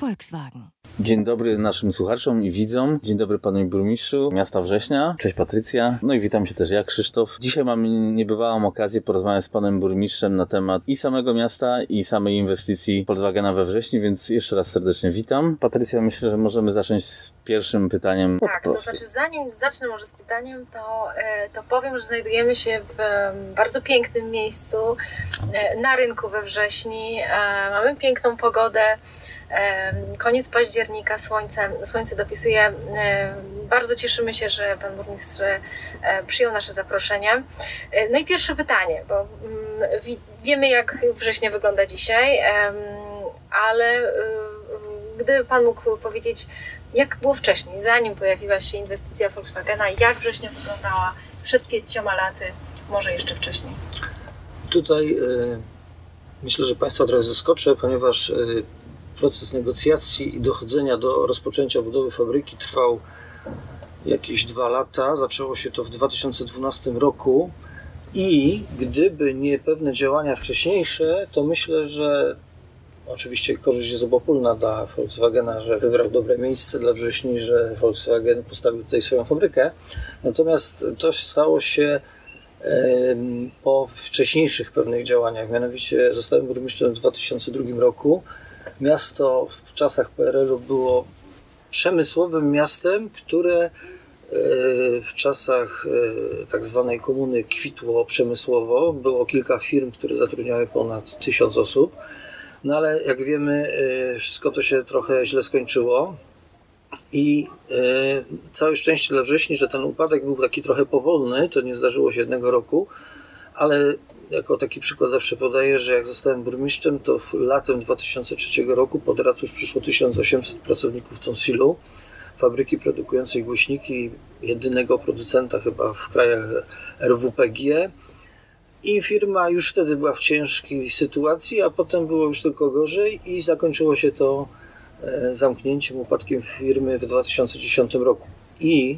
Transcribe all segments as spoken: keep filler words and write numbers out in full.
Volkswagen. Dzień dobry naszym słuchaczom i widzom. Dzień dobry panu burmistrzu miasta Września. Cześć Patrycja. No i witam się też ja, Krzysztof. Dzisiaj mamy niebywałą okazję porozmawiać z panem burmistrzem na temat i samego miasta, i samej inwestycji Volkswagena we Wrześniu, więc jeszcze raz serdecznie witam. Patrycja, myślę, że możemy zacząć z pierwszym pytaniem. Tak, to znaczy zanim zacznę może z pytaniem, to, to powiem, że znajdujemy się w bardzo pięknym miejscu na rynku we Wrześni. Mamy piękną pogodę. Koniec października, słońce, słońce dopisuje. Bardzo cieszymy się, że pan burmistrz przyjął nasze zaproszenie. No i pierwsze pytanie, bo wiemy, jak wrześnie wygląda dzisiaj, ale gdyby pan mógł powiedzieć, jak było wcześniej, zanim pojawiła się inwestycja Volkswagena, jak września wyglądała przed pięcioma laty, może jeszcze wcześniej? Tutaj y, myślę, że państwa trochę zaskoczę, ponieważ y, proces negocjacji i dochodzenia do rozpoczęcia budowy fabryki trwał jakieś dwa lata. Zaczęło się to w dwa tysiące dwunastym roku i gdyby nie pewne działania wcześniejsze, to myślę, że oczywiście korzyść jest obopólna dla Volkswagena, że wybrał dobre miejsce dla Wrześni, że Volkswagen postawił tutaj swoją fabrykę. Natomiast to stało się po wcześniejszych pewnych działaniach. Mianowicie zostałem burmistrzem w dwa tysiące drugim roku. Miasto w czasach P R L u było przemysłowym miastem, które w czasach tak zwanej komuny kwitło przemysłowo. Było kilka firm, które zatrudniały ponad tysiąc osób. No ale jak wiemy, wszystko to się trochę źle skończyło i całe szczęście dla Wrześni, że ten upadek był taki trochę powolny, to nie zdarzyło się jednego roku, ale jako taki przykład zawsze podaję, że jak zostałem burmistrzem, to w latem dwa tysiące trzeciego roku pod ratusz przyszło tysiąc osiemset pracowników Tonsilu, fabryki produkującej głośniki, jedynego producenta chyba w krajach R W P G. I firma już wtedy była w ciężkiej sytuacji, a potem było już tylko gorzej i zakończyło się to zamknięciem, upadkiem firmy w dwa tysiące dziesiątym roku. I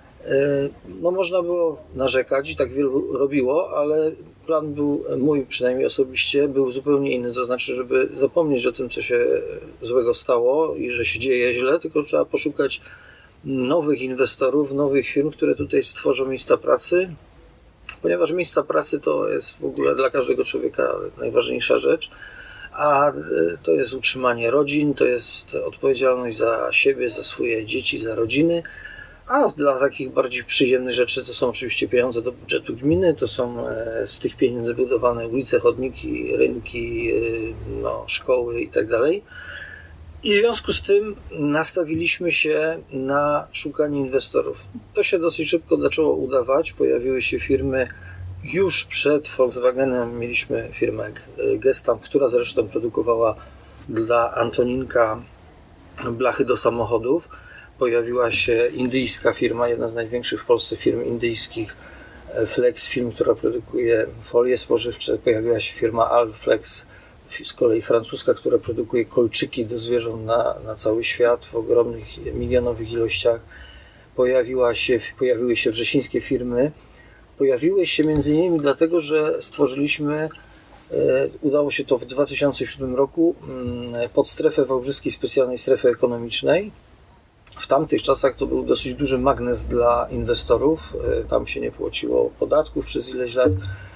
no, można było narzekać i tak wielu robiło, ale plan był, mój przynajmniej osobiście, był zupełnie inny. To znaczy, żeby zapomnieć o tym, co się złego stało i że się dzieje źle, tylko trzeba poszukać nowych inwestorów, nowych firm, które tutaj stworzą miejsca pracy, ponieważ miejsca pracy to jest w ogóle dla każdego człowieka najważniejsza rzecz, a to jest utrzymanie rodzin, to jest odpowiedzialność za siebie, za swoje dzieci, za rodziny, a dla takich bardziej przyjemnych rzeczy to są oczywiście pieniądze do budżetu gminy, to są z tych pieniędzy budowane ulice, chodniki, rynki, no, szkoły i tak dalej. I w związku z tym nastawiliśmy się na szukanie inwestorów. To się dosyć szybko zaczęło udawać. Pojawiły się firmy już przed Volkswagenem. Mieliśmy firmę Gestamp, która zresztą produkowała dla Antoninka blachy do samochodów. Pojawiła się indyjska firma, jedna z największych w Polsce firm indyjskich, Flexfilm, która produkuje folie spożywcze. Pojawiła się firma Alflex, z kolei francuska, która produkuje kolczyki do zwierząt na, na cały świat w ogromnych, milionowych ilościach. Pojawiła się, pojawiły się wrzesińskie firmy. Pojawiły się między innymi dlatego, że stworzyliśmy, e, udało się to w dwa tysiące siódmym roku, m, podstrefę Wałbrzyskiej Specjalnej Strefy Ekonomicznej. W tamtych czasach to był dosyć duży magnes dla inwestorów. E, tam się nie płaciło podatków przez ileś lat.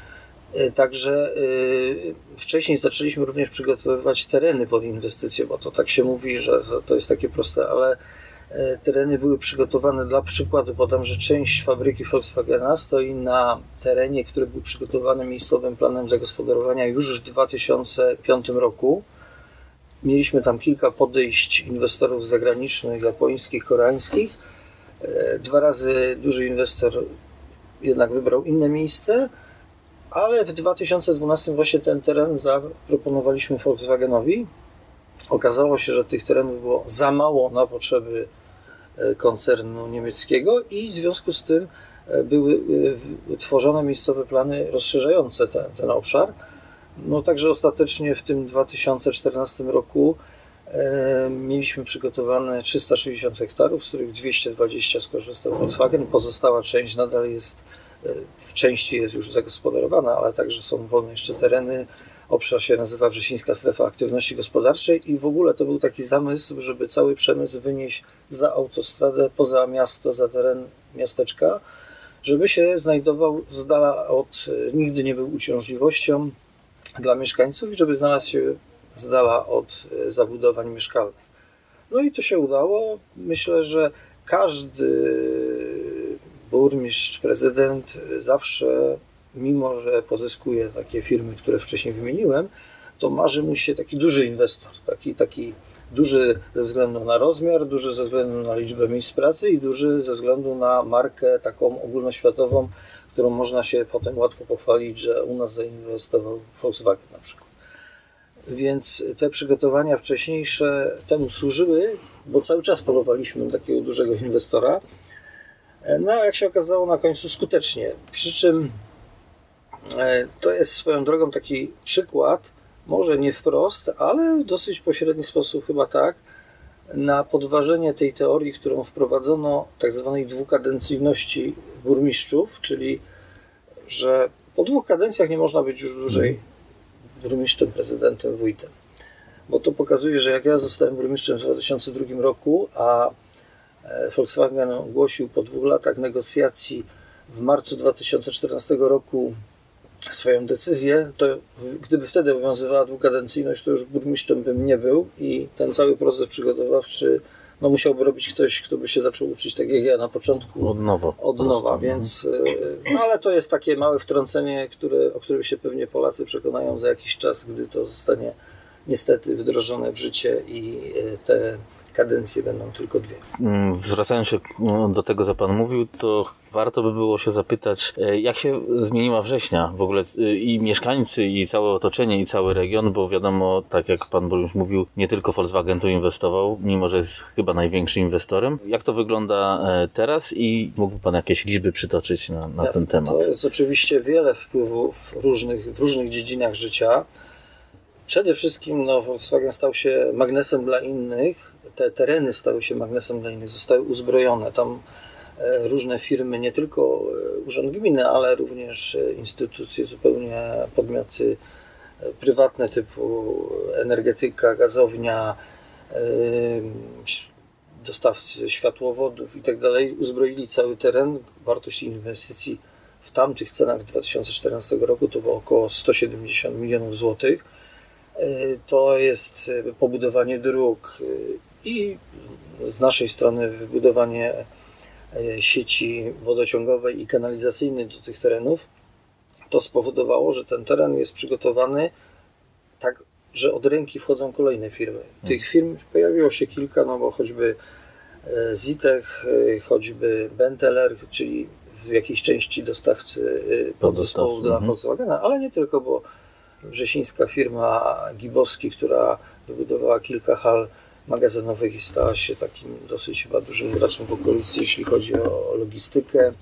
Także y, wcześniej zaczęliśmy również przygotowywać tereny pod inwestycje, bo to tak się mówi, że to, to jest takie proste, ale y, tereny były przygotowane dla przykładu. Podam, że część fabryki Volkswagena stoi na terenie, który był przygotowany miejscowym planem zagospodarowania już w dwa tysiące piątym roku. Mieliśmy tam kilka podejść inwestorów zagranicznych, japońskich, koreańskich. Y, dwa razy duży inwestor jednak wybrał inne miejsce. Ale w dwa tysiące dwunastym właśnie ten teren zaproponowaliśmy Volkswagenowi. Okazało się, że tych terenów było za mało na potrzeby koncernu niemieckiego i w związku z tym były tworzone miejscowe plany rozszerzające ten, ten obszar. No także ostatecznie w tym dwa tysiące czternastym roku e, mieliśmy przygotowane trzysta sześćdziesiąt hektarów, z których dwieście dwadzieścia skorzystał Volkswagen. Pozostała część nadal jest, e, w części jest już zagospodarowana, ale także są wolne jeszcze tereny obszar się nazywa Wrzesińska Strefa Aktywności Gospodarczej i w ogóle to był taki zamysł, żeby cały przemysł wynieść za autostradę, poza miasto, za teren miasteczka, żeby się znajdował z dala od, nigdy nie był uciążliwością dla mieszkańców i żeby znalazł się z dala od zabudowań mieszkalnych. No i to się udało. Myślę, że każdy burmistrz, prezydent zawsze, mimo że pozyskuje takie firmy, które wcześniej wymieniłem, to marzy mu się taki duży inwestor, taki, taki duży ze względu na rozmiar, duży ze względu na liczbę miejsc pracy i duży ze względu na markę taką ogólnoświatową, którą można się potem łatwo pochwalić, że u nas zainwestował Volkswagen na przykład. Więc te przygotowania wcześniejsze temu służyły, bo cały czas polowaliśmy na takiego dużego inwestora. No a jak się okazało na końcu skutecznie. Przy czym to jest swoją drogą taki przykład, może nie wprost, ale w dosyć pośredni sposób chyba tak, na podważenie tej teorii, którą wprowadzono, tak zwanej dwukadencyjności burmistrzów, czyli że po dwóch kadencjach nie można być już dłużej burmistrzem, prezydentem, wójtem. Bo to pokazuje, że jak ja zostałem burmistrzem w dwa tysiące drugim roku, a Volkswagen ogłosił po dwóch latach negocjacji w marcu dwa tysiące czternastego roku swoją decyzję, to gdyby wtedy obowiązywała dwukadencyjność, to już burmistrzem bym nie był i ten cały proces przygotowawczy no, musiałby robić ktoś, kto by się zaczął uczyć tak jak ja na początku. Od nowa. Od nowa, więc no, ale to jest takie małe wtrącenie, które, o którym się pewnie Polacy przekonają za jakiś czas, gdy to zostanie niestety wdrożone w życie i te kadencje będą tylko dwie. Zwracając się do tego, co Pan mówił, to warto by było się zapytać, jak się zmieniła Września w ogóle i mieszkańcy, i całe otoczenie, i cały region, bo wiadomo, tak jak Pan burmistrz mówił, nie tylko Volkswagen tu inwestował, mimo że jest chyba największym inwestorem. Jak to wygląda teraz i mógłby Pan jakieś liczby przytoczyć na, na Jasne, ten temat? To jest oczywiście wiele wpływów różnych, w różnych dziedzinach życia. Przede wszystkim no, Volkswagen stał się magnesem dla innych, te tereny stały się magnesem dla innych, zostały uzbrojone. Tam różne firmy, nie tylko Urząd Gminy, ale również instytucje, zupełnie podmioty prywatne typu energetyka, gazownia, dostawcy światłowodów i tak dalej, uzbroili cały teren. Wartość inwestycji w tamtych cenach dwa tysiące czternastego roku to było około sto siedemdziesiąt milionów złotych. To jest pobudowanie dróg i z naszej strony wybudowanie sieci wodociągowej i kanalizacyjnej do tych terenów. To spowodowało, że ten teren jest przygotowany tak, że od ręki wchodzą kolejne firmy. Tych firm pojawiło się kilka, no bo choćby Zitech, choćby Benteler, czyli w jakiejś części dostawcy podzespołów dla Volkswagena, ale nie tylko, bo wrzesińska firma Gibowski, która wybudowała kilka hal magazynowych i stała się takim dosyć chyba dużym graczem w okolicy, jeśli chodzi o logistykę.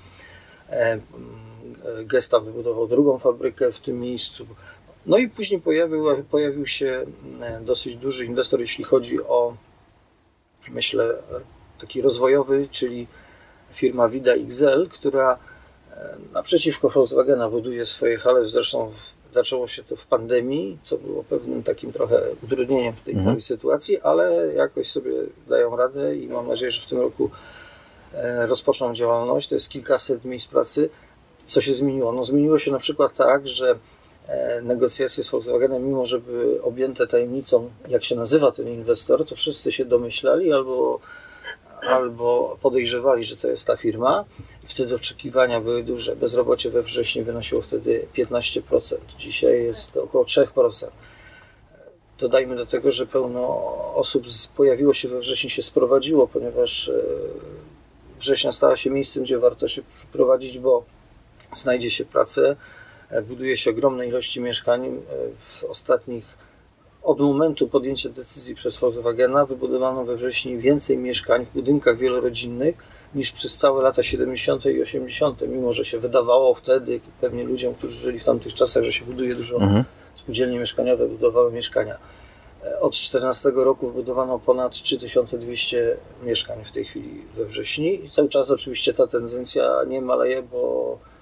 Gestamp wybudował drugą fabrykę w tym miejscu. No i później pojawił, pojawił się dosyć duży inwestor, jeśli chodzi o, myślę, taki rozwojowy, czyli firma Vida X L, która naprzeciwko Volkswagena buduje swoje hale. Zresztą zaczęło się to w pandemii, co było pewnym takim trochę utrudnieniem w tej mhm. całej sytuacji, ale jakoś sobie dają radę i mam nadzieję, że w tym roku rozpoczną działalność. To jest kilkaset miejsc pracy. Co się zmieniło? No, zmieniło się na przykład tak, że negocjacje z Volkswagenem, mimo że były objęte tajemnicą, jak się nazywa ten inwestor, to wszyscy się domyślali albo, albo podejrzewali, że to jest ta firma. Wtedy oczekiwania były duże. Bezrobocie we wrześniu wynosiło wtedy piętnaście procent. Dzisiaj jest około trzy procent. Dodajmy do tego, że pełno osób pojawiło się we wrześniu, się sprowadziło, ponieważ września stała się miejscem, gdzie warto się przyprowadzić, bo znajdzie się pracę, buduje się ogromne ilości mieszkań. W ostatnich, od momentu podjęcia decyzji przez Volkswagena, wybudowano we wrześniu więcej mieszkań w budynkach wielorodzinnych niż przez całe lata siedemdziesiąte i osiemdziesiąte, mimo że się wydawało wtedy pewnie ludziom, którzy żyli w tamtych czasach, że się buduje dużo mhm. spółdzielnie mieszkaniowe, budowały mieszkania. Od dwa tysiące czternastego roku wybudowano ponad trzy tysiące dwieście mieszkań w tej chwili we wrześniu i cały czas oczywiście ta tendencja nie maleje, bo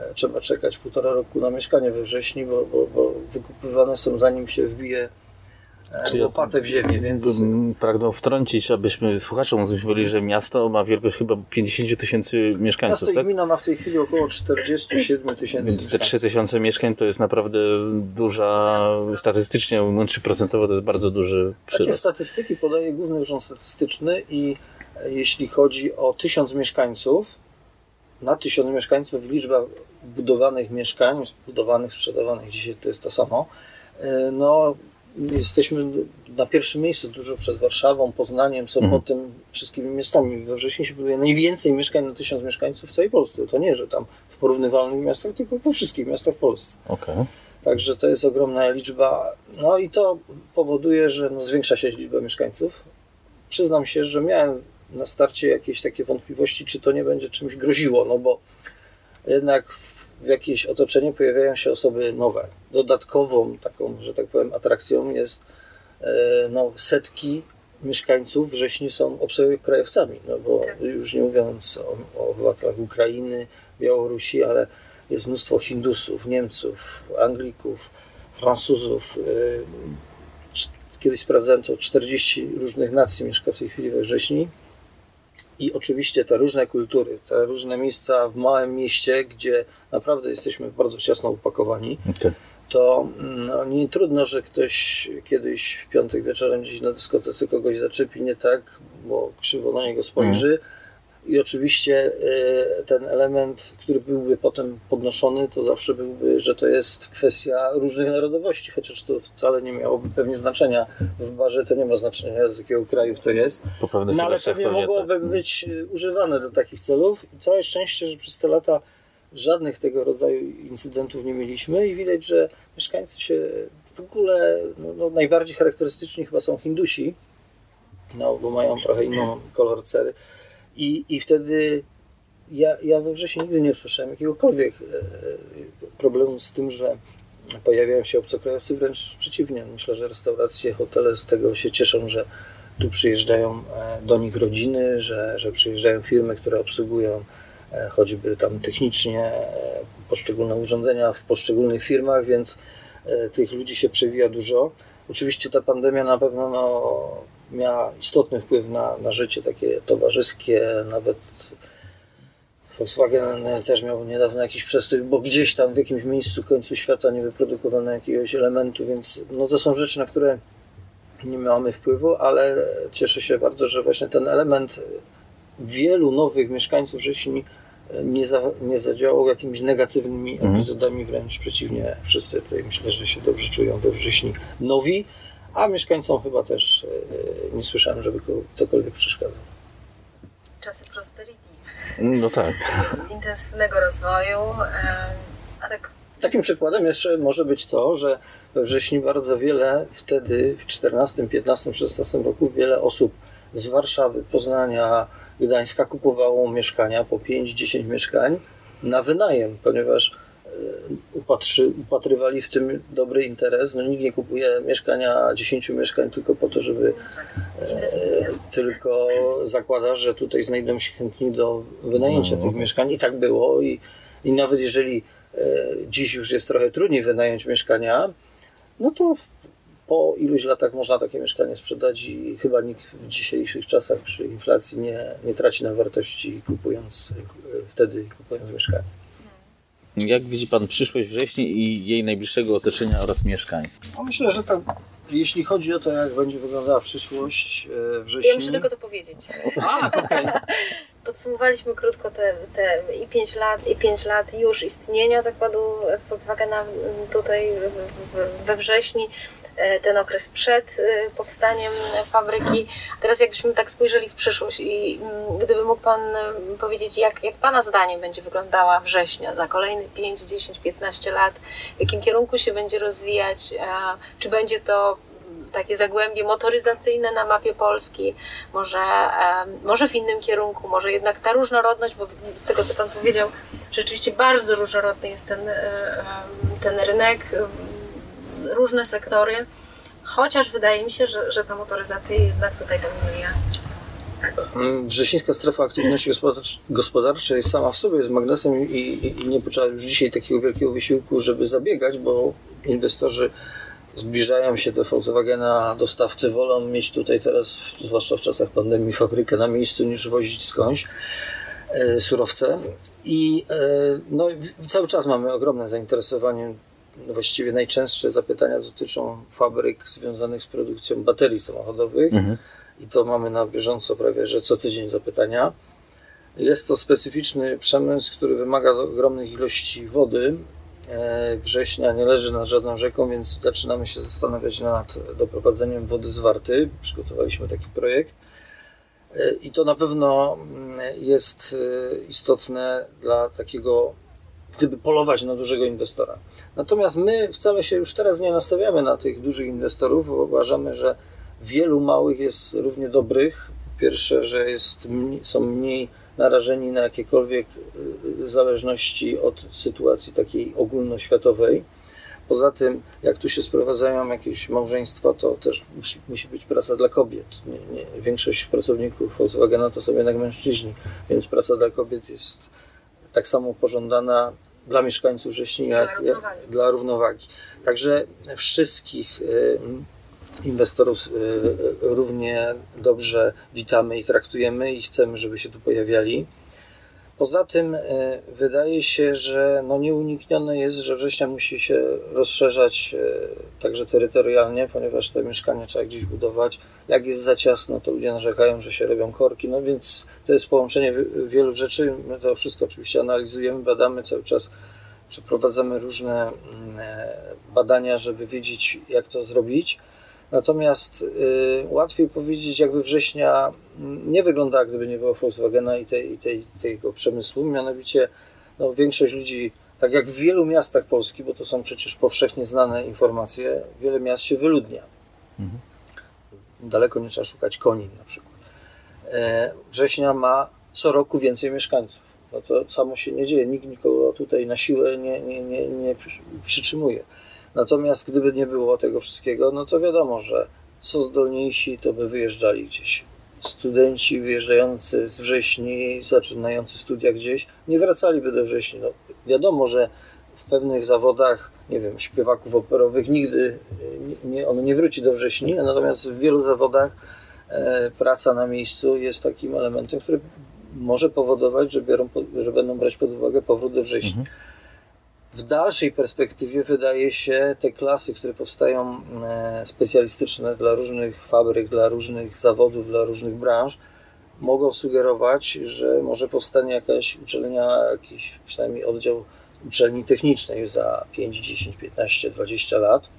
trzeba czekać półtora roku na mieszkanie we wrześniu, bo, bo, bo wykupywane są zanim się wbije Czyli łopatę w ziemię, więc... Pragnę wtrącić, abyśmy słuchaczom zrozumieli, że miasto ma wielkość chyba pięćdziesiąt tysięcy mieszkańców, Miasto i tak? gmina ma w tej chwili około czterdzieści siedem tysięcy Więc te trzy tysiące mieszkań to jest naprawdę duża, statystycznie, no trzy procent to jest bardzo duży przyrost. Takie statystyki podaje Główny Urząd Statystyczny i jeśli chodzi o tysiąc mieszkańców, na tysiąc mieszkańców liczba budowanych mieszkań, budowanych, sprzedawanych, dzisiaj to jest to samo, no jesteśmy na pierwszym miejscu, dużo przed Warszawą, Poznaniem, Sopotem, mhm. wszystkimi miastami. We wrześniu się buduje najwięcej mieszkań na tysiąc mieszkańców w całej Polsce. To nie, że tam w porównywalnych miastach, tylko po wszystkich miastach w Polsce. Okay. Także to jest ogromna liczba. No i to powoduje, że no, zwiększa się liczba mieszkańców. Przyznam się, że miałem na starcie jakieś takie wątpliwości, czy to nie będzie czymś groziło, no bo jednak w w jakieś otoczenie pojawiają się osoby nowe. Dodatkową taką, że tak powiem, atrakcją jest no, setki mieszkańców Wrześni są obcokrajowcami, no bo tak. już nie mówiąc o, o obywatelach Ukrainy, Białorusi, ale jest mnóstwo Hindusów, Niemców, Anglików, Francuzów. Kiedyś sprawdzałem, to czterdzieści różnych nacji mieszka w tej chwili we Wrześni. I oczywiście te różne kultury, te różne miejsca w małym mieście, gdzie naprawdę jesteśmy bardzo ciasno upakowani, okay. to no, nie trudno, że ktoś kiedyś w piątek wieczorem gdzieś na dyskotece kogoś zaczepi nie tak, bo krzywo na niego spojrzy. Mm. I oczywiście y, ten element, który byłby potem podnoszony, to zawsze byłby, że to jest kwestia różnych narodowości, chociaż to wcale nie miałoby pewnie znaczenia. W barze to nie ma znaczenia, z jakiego kraju to jest. No ale pewnie mogłoby tak. być używane do takich celów. I całe szczęście, że przez te lata żadnych tego rodzaju incydentów nie mieliśmy i widać, że mieszkańcy się w ogóle, no, no, najbardziej charakterystyczni chyba są Hindusi, no, bo mają trochę inną kolor cery. I, I wtedy ja, ja we wrześniu nigdy nie usłyszałem jakiegokolwiek problemu z tym, że pojawiają się obcokrajowcy, wręcz przeciwnie. Myślę, że restauracje, hotele z tego się cieszą, że tu przyjeżdżają do nich rodziny, że, że przyjeżdżają firmy, które obsługują choćby tam technicznie poszczególne urządzenia w poszczególnych firmach, więc tych ludzi się przewija dużo. Oczywiście ta pandemia na pewno no, miała istotny wpływ na, na życie takie towarzyskie, nawet Volkswagen też miał niedawno jakiś przestój, bo gdzieś tam w jakimś miejscu w końcu świata nie wyprodukowano jakiegoś elementu, więc no to są rzeczy, na które nie mamy wpływu, ale cieszę się bardzo, że właśnie ten element wielu nowych mieszkańców Wrześni nie, za, nie zadziałał jakimiś negatywnymi mhm. epizodami, wręcz przeciwnie, wszyscy tutaj myślę, że się dobrze czują we Wrześni nowi, a mieszkańcom chyba też nie słyszałem, żeby ktokolwiek przeszkadzał. Czasy prosperity. No tak. Intensywnego rozwoju, a tak... Takim przykładem jeszcze może być to, że we wrześniu bardzo wiele wtedy, w czternastym, piętnastym, szesnastym roku, wiele osób z Warszawy, Poznania, Gdańska kupowało mieszkania po pięć dziesięć mieszkań na wynajem, ponieważ upatrzy, upatrywali w tym dobry interes. No, nikt nie kupuje mieszkania, dziesięciu mieszkań tylko po to, żeby e, tylko zakłada, że tutaj znajdą się chętni do wynajęcia no. tych mieszkań. I tak było. I, i nawet jeżeli e, dziś już jest trochę trudniej wynająć mieszkania, no to w, po iluś latach można takie mieszkanie sprzedać i chyba nikt w dzisiejszych czasach przy inflacji nie, nie traci na wartości kupując wtedy kupując mieszkanie. Jak widzi Pan przyszłość Wrześni i jej najbliższego otoczenia oraz mieszkań? No myślę, że tak, jeśli chodzi o to, jak będzie wyglądała przyszłość Wrześni... Ja muszę tylko to powiedzieć. A, okej. Okay. Podsumowaliśmy krótko te, te i pięć lat, i pięć lat już istnienia zakładu Volkswagena tutaj we Wrześni. Ten okres przed powstaniem fabryki. Teraz jakbyśmy tak spojrzeli w przyszłość i gdyby mógł Pan powiedzieć, jak, jak Pana zdaniem będzie wyglądała Września za kolejne pięć, dziesięć, piętnaście lat, w jakim kierunku się będzie rozwijać, czy będzie to takie zagłębie motoryzacyjne na mapie Polski, może, może w innym kierunku, może jednak ta różnorodność, bo z tego, co Pan powiedział, rzeczywiście bardzo różnorodny jest ten, ten rynek, różne sektory, chociaż wydaje mi się, że, że ta motoryzacja jednak tutaj dominuje. Wrzesińska Strefa Aktywności Gospodarczej sama w sobie jest magnesem i, i, i nie potrzeba już dzisiaj takiego wielkiego wysiłku, żeby zabiegać, bo inwestorzy zbliżają się do Volkswagena, dostawcy wolą mieć tutaj teraz, zwłaszcza w czasach pandemii, fabrykę na miejscu niż wozić skądś e, surowce. I e, no, cały czas mamy ogromne zainteresowanie. Właściwie najczęstsze zapytania dotyczą fabryk związanych z produkcją baterii samochodowych. Mhm. I to mamy na bieżąco prawie, że co tydzień zapytania. Jest to specyficzny przemysł, który wymaga ogromnych ilości wody. Września nie leży nad żadną rzeką, więc zaczynamy się zastanawiać nad doprowadzeniem wody z Warty. Przygotowaliśmy taki projekt. I to na pewno jest istotne dla takiego, gdyby polować na dużego inwestora. Natomiast my wcale się już teraz nie nastawiamy na tych dużych inwestorów, bo uważamy, że wielu małych jest równie dobrych. Pierwsze, że jest, są mniej narażeni na jakiekolwiek zależności od sytuacji takiej ogólnoświatowej. Poza tym, jak tu się sprowadzają jakieś małżeństwa, to też musi, musi być praca dla kobiet. Nie, nie, większość pracowników Volkswagena to są jednak mężczyźni, więc praca dla kobiet jest tak samo pożądana dla mieszkańców Wrześni, jak, jak dla równowagi. Także wszystkich inwestorów równie dobrze witamy i traktujemy i chcemy, żeby się tu pojawiali. Poza tym wydaje się, że no nieuniknione jest, że Września musi się rozszerzać także terytorialnie, ponieważ te mieszkania trzeba gdzieś budować. Jak jest za ciasno, to ludzie narzekają, że się robią korki, no więc to jest połączenie wielu rzeczy. My to wszystko oczywiście analizujemy, badamy cały czas, przeprowadzamy różne badania, żeby wiedzieć, jak to zrobić. Natomiast y, łatwiej powiedzieć, jakby Września nie wyglądała, gdyby nie było Volkswagena i, tej, i tej, tego przemysłu. Mianowicie no, większość ludzi, tak jak w wielu miastach Polski, bo to są przecież powszechnie znane informacje, wiele miast się wyludnia. Mhm. Daleko nie trzeba szukać koni na przykład. E, Września ma co roku więcej mieszkańców. No to samo się nie dzieje. Nikt nikogo tutaj na siłę nie, nie, nie, nie przytrzymuje. Natomiast gdyby nie było tego wszystkiego, no to wiadomo, że co zdolniejsi, to by wyjeżdżali gdzieś. Studenci wyjeżdżający z Wrześni, zaczynający studia gdzieś, nie wracaliby do Wrześni. No, wiadomo, że w pewnych zawodach, nie wiem, śpiewaków operowych nigdy nie, on nie wróci do Wrześni, natomiast w wielu zawodach e, praca na miejscu jest takim elementem, który może powodować, że, biorą, że będą brać pod uwagę powrót do Wrześni. Mhm. W dalszej perspektywie wydaje się, te klasy, które powstają specjalistyczne dla różnych fabryk, dla różnych zawodów, dla różnych branż, mogą sugerować, że może powstanie jakaś uczelnia, jakiś przynajmniej oddział uczelni technicznej za pięć, dziesięć, piętnaście, dwadzieścia lat,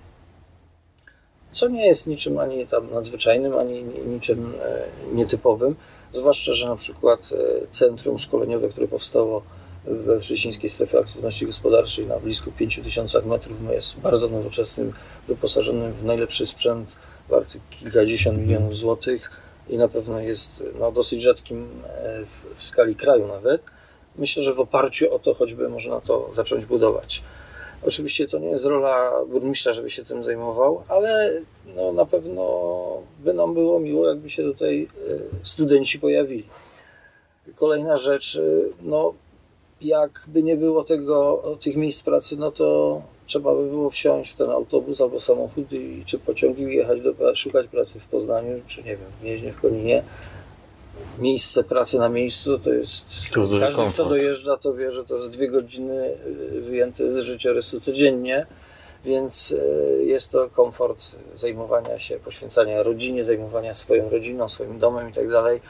co nie jest niczym ani tam nadzwyczajnym, ani niczym nietypowym, zwłaszcza, że na przykład centrum szkoleniowe, które powstało we Wrzesińskiej Strefie Aktywności Gospodarczej na blisko pięć tysięcy metrów jest bardzo nowoczesnym, wyposażonym w najlepszy sprzęt warty kilkadziesiąt milionów złotych i na pewno jest no, dosyć rzadkim w, w skali kraju nawet. Myślę, że w oparciu o to choćby można to zacząć budować. Oczywiście to nie jest rola burmistrza, żeby się tym zajmował, ale no, na pewno by nam było miło, jakby się tutaj studenci pojawili. Kolejna rzecz, no jakby nie było tego, tych miejsc pracy, no to trzeba by było wsiąść w ten autobus albo samochód i, czy pociągi i jechać do, szukać pracy w Poznaniu, czy nie wiem, w Gnieźnie, w Koninie. Miejsce pracy na miejscu to jest... To jest każdy, komfort. Kto dojeżdża, to wie, że to jest dwie godziny wyjęte z życiorysu codziennie, więc jest to komfort zajmowania się, poświęcania rodzinie, zajmowania swoją rodziną, swoim domem i tak dalej,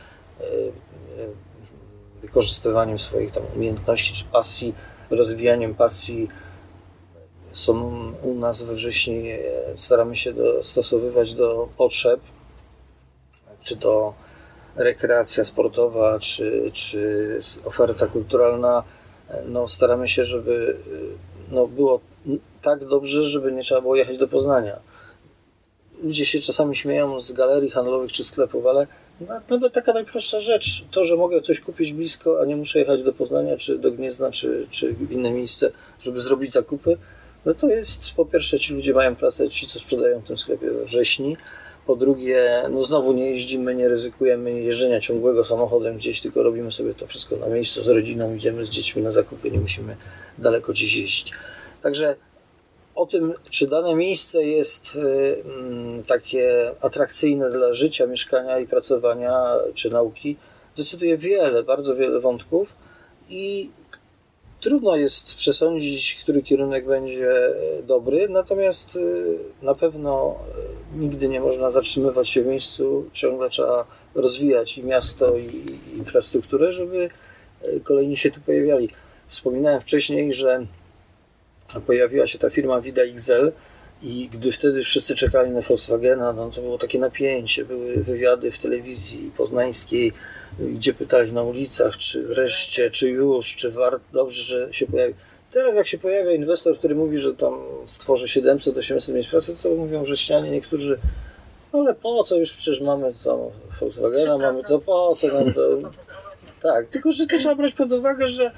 wykorzystywaniem swoich tam umiejętności czy pasji, rozwijaniem pasji. Są u nas we Wrześni, staramy się dostosowywać do potrzeb, czy to rekreacja sportowa, czy, czy oferta kulturalna. No, staramy się, żeby no, było tak dobrze, żeby nie trzeba było jechać do Poznania. Ludzie się czasami śmieją z galerii handlowych czy sklepów, ale nawet taka najprostsza rzecz, to, że mogę coś kupić blisko, a nie muszę jechać do Poznania, czy do Gniezna, czy, czy w inne miejsce, żeby zrobić zakupy, no to jest, po pierwsze, ci ludzie mają pracę, ci, co sprzedają w tym sklepie we Wrześni, po drugie, no znowu nie jeździmy, nie ryzykujemy jeżdżenia ciągłego samochodem gdzieś, tylko robimy sobie to wszystko na miejscu z rodziną, idziemy z dziećmi na zakupy, nie musimy daleko gdzieś jeździć. Także o tym, czy dane miejsce jest y, takie atrakcyjne dla życia, mieszkania i pracowania, czy nauki, decyduje wiele, bardzo wiele wątków i trudno jest przesądzić, który kierunek będzie dobry, natomiast na pewno nigdy nie można zatrzymywać się w miejscu, ciągle trzeba rozwijać i miasto, i infrastrukturę, żeby kolejni się tu pojawiali. Wspominałem wcześniej, że pojawiła się ta firma Vida X L i gdy wtedy wszyscy czekali na Volkswagena, no to było takie napięcie, były wywiady w telewizji poznańskiej, gdzie pytali na ulicach, czy wreszcie, czy już, czy warto, dobrze, że się pojawi. Teraz jak się pojawia inwestor, który mówi, że tam stworzy siedemset osiemset miejsc pracy, to mówią wrześnianie niektórzy, no ale po co, już przecież mamy tam Volkswagena, mamy to, po co nam to... Tak, tylko że to trzeba brać pod uwagę, że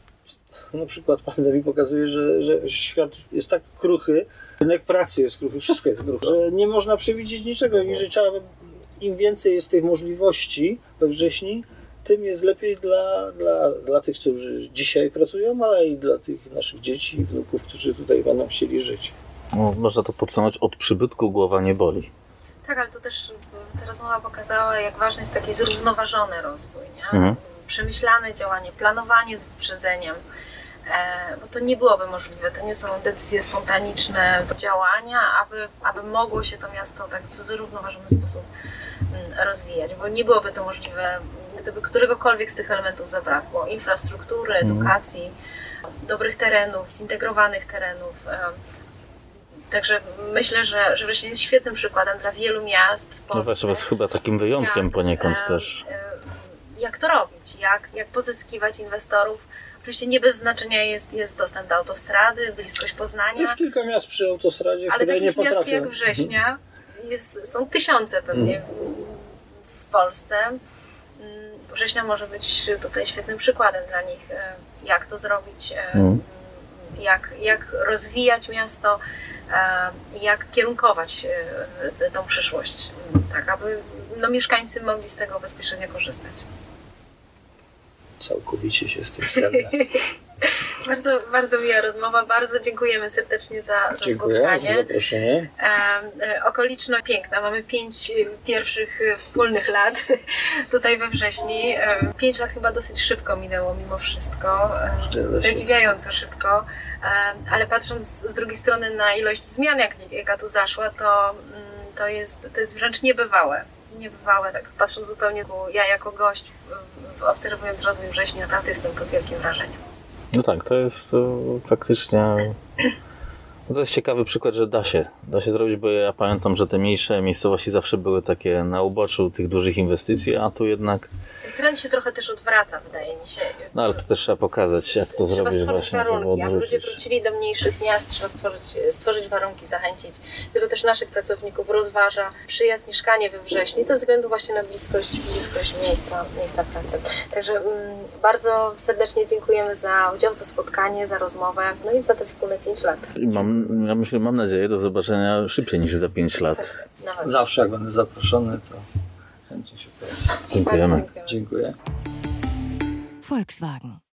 na przykład pandemii pokazuje, że, że świat jest tak kruchy, rynek pracy jest kruchy, wszystko jest kruche, że nie można przewidzieć niczego i że trzeba, im więcej jest tych możliwości we wrześni, tym jest lepiej dla, dla, dla tych, którzy dzisiaj pracują, ale i dla tych naszych dzieci i wnuków, którzy tutaj będą chcieli żyć. No, można to podsumować, od przybytku głowa nie boli. Tak, ale to też ta rozmowa pokazała, jak ważny jest taki zrównoważony rozwój, nie? Mhm. Przemyślane działanie, planowanie z wyprzedzeniem, e, bo to nie byłoby możliwe, to nie są decyzje spontaniczne działania, aby, aby mogło się to miasto tak w zrównoważony sposób mm, rozwijać, bo nie byłoby to możliwe, gdyby któregokolwiek z tych elementów zabrakło, infrastruktury, edukacji, mhm. dobrych terenów, zintegrowanych terenów. E, Także myślę, że, że Wrzesień jest świetnym przykładem dla wielu miast w Polsce. No właśnie, jest chyba takim wyjątkiem jak, poniekąd e, też. E, jak to robić, jak, jak pozyskiwać inwestorów. Oczywiście nie bez znaczenia jest, jest dostęp do autostrady, bliskość Poznania. Jest kilka miast przy autostradzie, ale które nie potrafią. Ale takich miast jak Września jest, są tysiące pewnie hmm. w Polsce. Września może być tutaj świetnym przykładem dla nich, jak to zrobić, hmm. jak, jak rozwijać miasto, jak kierunkować tą przyszłość, tak aby no, mieszkańcy mogli z tego bezpośrednio korzystać. Całkowicie się z tym zgadzam. bardzo, bardzo miła rozmowa, bardzo dziękujemy serdecznie za, za Dziękuję spotkanie. za zaproszenie. E, okoliczność piękna, mamy pięć pierwszych wspólnych lat tutaj we Wrześni. E, pięć lat chyba dosyć szybko minęło mimo wszystko, e, zadziwiająco szybko, e, ale patrząc z drugiej strony na ilość zmian, jak, jaka tu zaszła, to, to, jest, to jest wręcz niebywałe. Niebywałe, tak patrząc zupełnie, bo ja jako gość, w, w, obserwując rozwój Wrześni, naprawdę jestem pod wielkim wrażeniem. No tak, to jest to faktycznie... No to jest ciekawy przykład, że da się. Da się zrobić, bo ja pamiętam, że te mniejsze miejscowości zawsze były takie na uboczu tych dużych inwestycji, a tu jednak... Trend się trochę też odwraca, wydaje mi się. No ale to też trzeba pokazać, jak to trzeba zrobić stworzyć właśnie, warunki. żeby Jak ludzie odrzucić. wrócili do mniejszych miast, trzeba stworzyć, stworzyć warunki, zachęcić. Wielu też naszych pracowników rozważa przyjazd, mieszkanie we Wrześni ze względu właśnie na bliskość, bliskość miejsca, miejsca pracy. Także mm, bardzo serdecznie dziękujemy za udział, za spotkanie, za rozmowę, no i za te wspólne pięć lat. I mam, ja myślę, mam nadzieję do zobaczenia szybciej niż za pięć lat. Nawet. Zawsze jak będę zaproszony, to chętnie się pojawię. Dziękujemy. Bardzo dziękujemy. Dziękuję. Volkswagen.